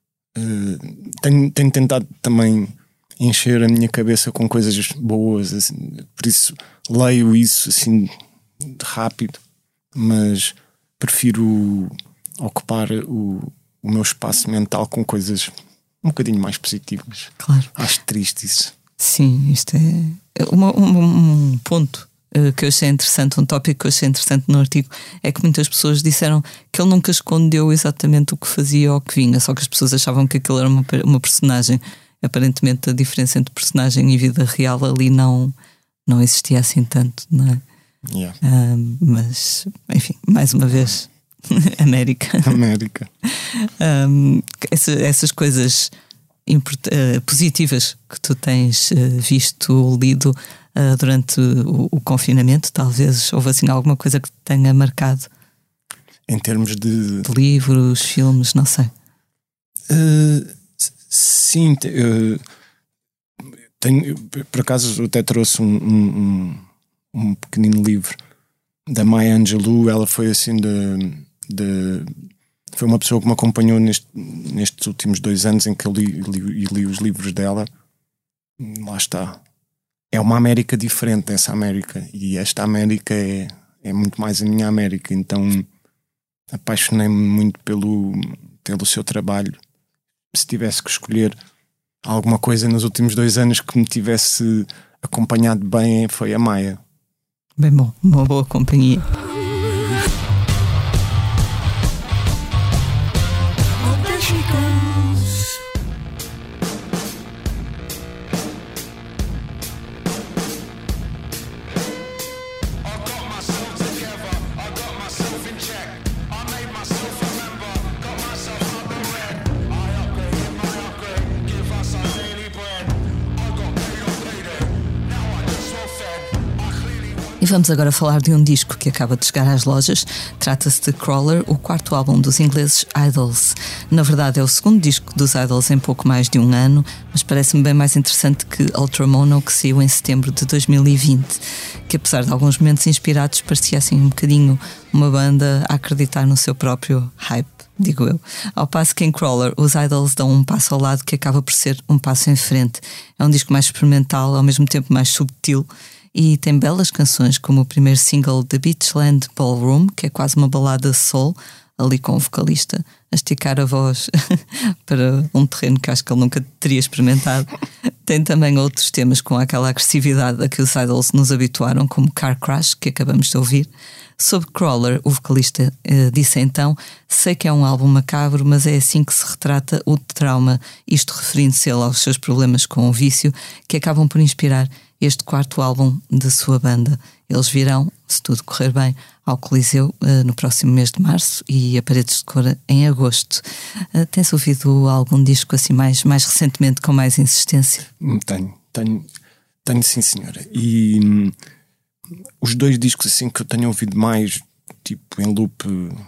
Uh, tenho, tenho tentado também encher a minha cabeça com coisas boas, assim, por isso leio isso assim rápido, mas prefiro ocupar o, o meu espaço mental com coisas um bocadinho mais positivas. Claro. Acho triste isso. Sim, isto é uma, um, um ponto que eu achei interessante, um tópico que eu achei interessante no artigo, é que muitas pessoas disseram que ele nunca escondeu exatamente o que fazia ou o que vinha, só que as pessoas achavam que aquilo era uma, uma personagem. Aparentemente a diferença entre personagem e vida real ali não, não existia assim tanto, não é? Yeah. Um, mas, enfim, mais uma vez, América. América. um, essa, essas coisas import- uh, positivas que tu tens uh, visto, lido uh, durante o, o confinamento, talvez houve assim alguma coisa que te tenha marcado? Em termos de. De livros, filmes, não sei. Uh, sim, te- uh, tenho, por acaso eu até trouxe um, um, um, um pequenino livro da Maya Angelou. Ela foi assim de, de foi uma pessoa que me acompanhou neste, nestes últimos dois anos em que eu li, li, li os livros dela. Lá está, é uma América diferente dessa América, e esta América é, é muito mais a minha América, então apaixonei-me muito pelo, pelo seu trabalho. Se tivesse que escolher alguma coisa nos últimos dois anos que me tivesse acompanhado bem, foi a Maya. Bem bom, uma boa companhia. Oh, there she goes. E vamos agora falar de um disco que acaba de chegar às lojas. Trata-se de Crawler, o quarto álbum dos ingleses Idols. Na verdade é o segundo disco dos Idols em pouco mais de um ano, mas parece-me bem mais interessante que Ultramono, que saiu em setembro de dois mil e vinte, que apesar de alguns momentos inspirados parecia assim um bocadinho uma banda a acreditar no seu próprio hype, digo eu. Ao passo que em Crawler os Idols dão um passo ao lado que acaba por ser um passo em frente. É um disco mais experimental, ao mesmo tempo mais subtil, e tem belas canções como o primeiro single The Beachland Ballroom, que é quase uma balada soul, ali com o vocalista a esticar a voz para um terreno que acho que ele nunca teria experimentado. Tem também outros temas com aquela agressividade a que os Idols nos habituaram, como Car Crash, que acabamos de ouvir. Sobre Crawler, o vocalista eh, disse então: sei que é um álbum macabro, mas é assim que se retrata o trauma, isto referindo-se ele aos seus problemas com o vício, que acabam por inspirar este quarto álbum da sua banda. Eles virão, se tudo correr bem, ao Coliseu uh, no próximo mês de março e a Paredes de Cor em agosto. Uh, tens ouvido algum disco assim mais, mais recentemente com mais insistência? Tenho, tenho, tenho sim, senhora. E hum, os dois discos assim que eu tenho ouvido mais, tipo em loop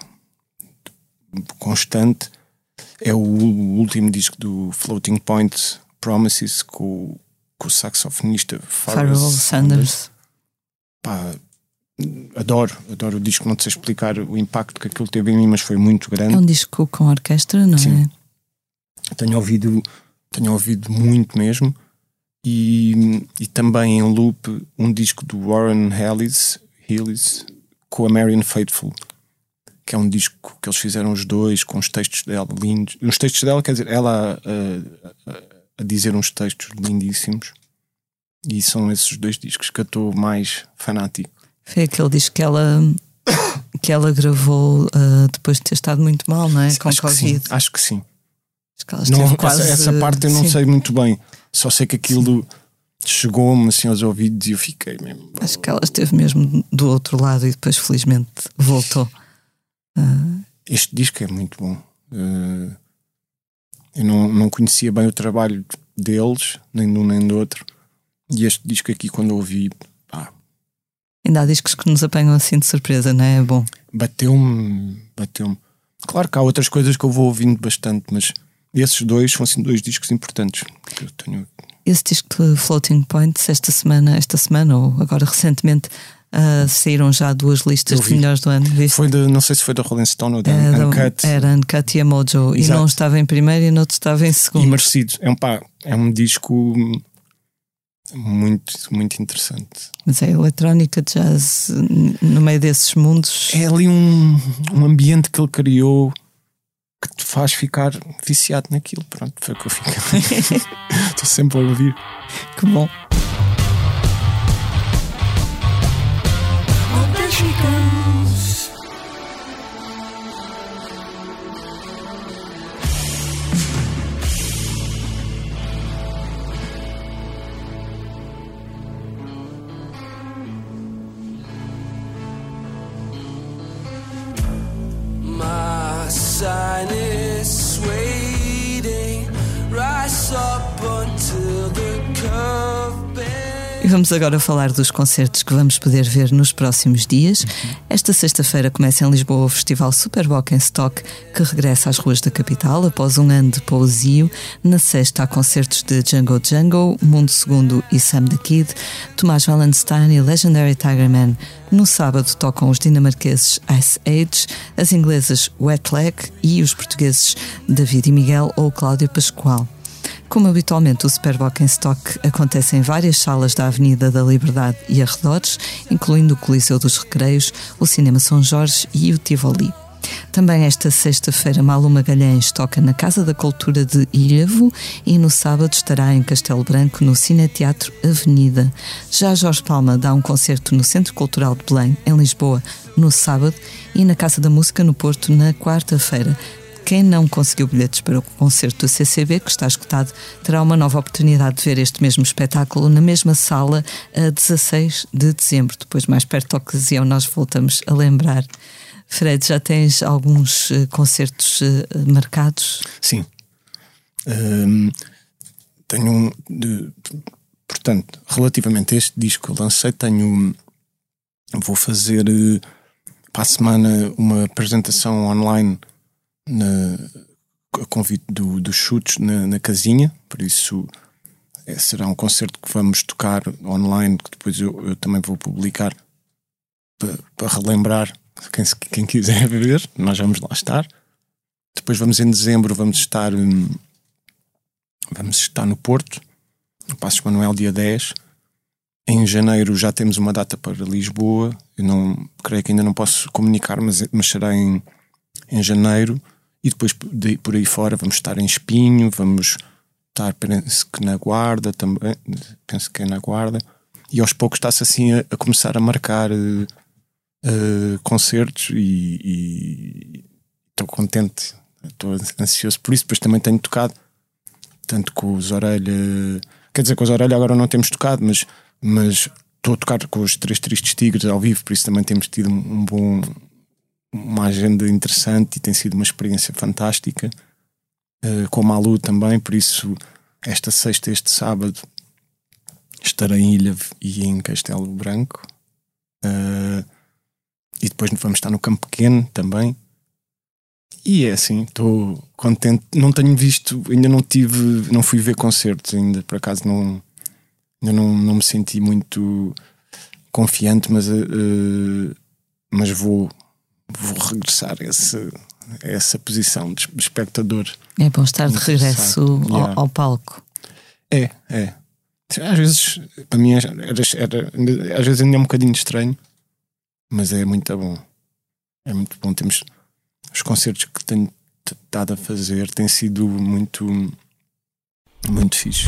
constante, é o último disco do Floating Point, Promises, com, com o saxofonista Pharoah Sanders. Pá, adoro, adoro o disco, não sei explicar o impacto que aquilo teve em mim, mas foi muito grande. É um disco com orquestra, não Sim. é? Tenho ouvido, tenho ouvido muito mesmo. E, e também em loop um disco do Warren Ellis, Ellis com a Marian Faithfull, que é um disco que eles fizeram os dois com os textos dela lindos. Os textos dela, quer dizer, ela a, a, a dizer uns textos lindíssimos. E são esses dois discos que eu estou mais fanático. Foi aquele disco que ela, que ela gravou uh, depois de ter estado muito mal, não é? Com acho Covid. Que sim, acho que sim. Acho que ela Não, quase, essa, essa parte eu não sim. sei muito bem. Só sei que aquilo chegou-me assim aos ouvidos e eu fiquei mesmo. Acho que ela esteve mesmo do outro lado e depois felizmente voltou. Uh... Este disco é muito bom. Uh, eu não, não conhecia bem o trabalho deles, nem de um nem do outro. E este disco aqui, quando eu ouvi, pá, ainda há discos que nos apanham assim de surpresa, não é? É bom. Bateu-me, bateu-me. Claro que há outras coisas que eu vou ouvindo bastante, mas esses dois são assim dois discos importantes que eu tenho. Esse disco de Floating Points, esta semana, esta semana ou agora recentemente, uh, saíram já duas listas de melhores do ano. Viste? Foi de, não sei se foi da Rolling Stone ou da é, Uncut. Era Uncut e a Mojo. Exato. E não estava em primeiro e no outro estava em segundo. E merecido. É um, pá, é um disco muito, muito interessante. Mas é eletrónica, jazz, no meio desses mundos. É ali um, um ambiente que ele criou que te faz ficar viciado naquilo. Pronto, foi o que eu fiquei. Estou sempre a ouvir. Que bom. Oh, there she goes. My sinus waiting, rise up until the curve bends. E vamos agora falar dos concertos que vamos poder ver nos próximos dias. Esta sexta-feira começa em Lisboa o Festival Superboc em Stock, que regressa às ruas da capital após um ano de pousio. Na sexta há concertos de Django Django, Mundo Segundo e Sam the Kid, Tomás Wallenstein e Legendary Tiger Man. No sábado tocam os dinamarqueses Ice Age, as inglesas Wet Leg e os portugueses David e Miguel ou Cláudio Pascoal. Como habitualmente, o Superboc em Stock acontece em várias salas da Avenida da Liberdade e arredores, incluindo o Coliseu dos Recreios, o Cinema São Jorge e o Tivoli. Também esta sexta-feira, Malu Magalhães toca na Casa da Cultura de Ilhavo e no sábado estará em Castelo Branco, no Cineteatro Avenida. Já Jorge Palma dá um concerto no Centro Cultural de Belém, em Lisboa, no sábado, e na Casa da Música, no Porto, na quarta-feira. Quem não conseguiu bilhetes para o concerto do C C B, que está esgotado, terá uma nova oportunidade de ver este mesmo espetáculo na mesma sala a dezasseis de dezembro. Depois, mais perto da ocasião, nós voltamos a lembrar. Fred, já tens alguns uh, concertos uh, marcados? Sim. Um, tenho um. De, portanto, relativamente a este disco que eu lancei, tenho. Vou fazer uh, para a semana uma apresentação online. Na, a convite do, dos chutes na, na casinha, por isso é, será um concerto que vamos tocar online, que depois eu, eu também vou publicar para, para relembrar quem, quem quiser ver. Nós vamos lá estar. Depois vamos em dezembro, vamos estar hum, vamos estar no Porto, no Passos Manuel, dia dez, Em janeiro já temos uma data para Lisboa. Eu não creio que ainda não posso comunicar, mas, mas será em, em janeiro. E depois de, por aí fora vamos estar em Espinho, vamos estar, penso que na Guarda também, penso que é na Guarda. E aos poucos está-se assim a, a começar a marcar uh, uh, concertos e estou contente, estou ansioso por isso. Depois também tenho tocado, tanto com os Orelha, quer dizer, com os Orelha agora não temos tocado, mas mas estou a tocar com os Três Tristes Tigres ao vivo, por isso também temos tido um bom, uma agenda interessante e tem sido uma experiência fantástica. Uh, com a Malu também, por isso esta sexta, este sábado estarei em Ilha e em Castelo Branco, uh, e depois vamos estar no Campo Pequeno também. E é assim, estou contente. Não tenho visto, ainda não tive, não fui ver concertos ainda, por acaso não. Eu não, não me senti muito confiante, mas, uh, mas vou, vou regressar a, esse, a essa posição de espectador. É bom estar de regresso ao, yeah. ao palco. É, é. Às vezes, para mim, era, era, às vezes ainda é um bocadinho estranho, mas é muito bom. É muito bom. Temos os concertos que tenho estado a fazer, têm sido muito, muito fixe.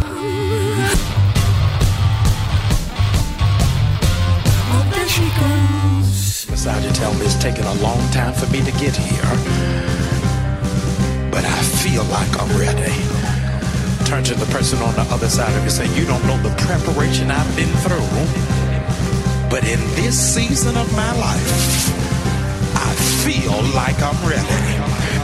Beside you tell me it's taken a long time for me to get here, but I feel like I'm ready. Turn to the person on the other side of you, say, you don't know the preparation I've been through, but in this season of my life, I feel like I'm ready.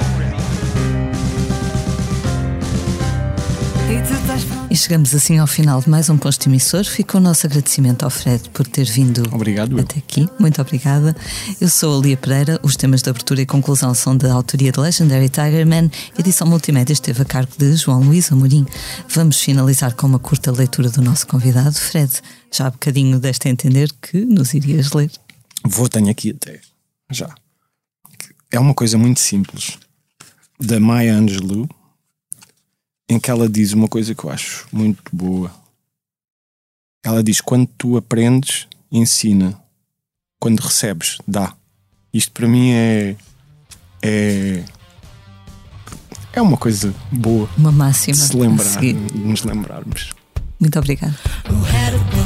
E chegamos assim ao final de mais um Posto Emissor. Fica o nosso agradecimento ao Fred por ter vindo Obrigado, até aqui. Muito obrigada. Eu sou a Lia Pereira. Os temas de abertura e conclusão são da autoria de Legendary Tigerman. A edição multimédia esteve a cargo de João Luís Amorim. Vamos finalizar com uma curta leitura do nosso convidado, Fred. Já há bocadinho deste a entender que nos irias ler. Vou, tenho aqui até já. É uma coisa muito simples, da Maya Angelou, em que ela diz uma coisa que eu acho muito boa. Ela diz: quando tu aprendes, ensina. Quando recebes, dá. Isto para mim é é é uma coisa boa. Uma máxima de se lembrar, de de nos lembrarmos. Muito obrigada.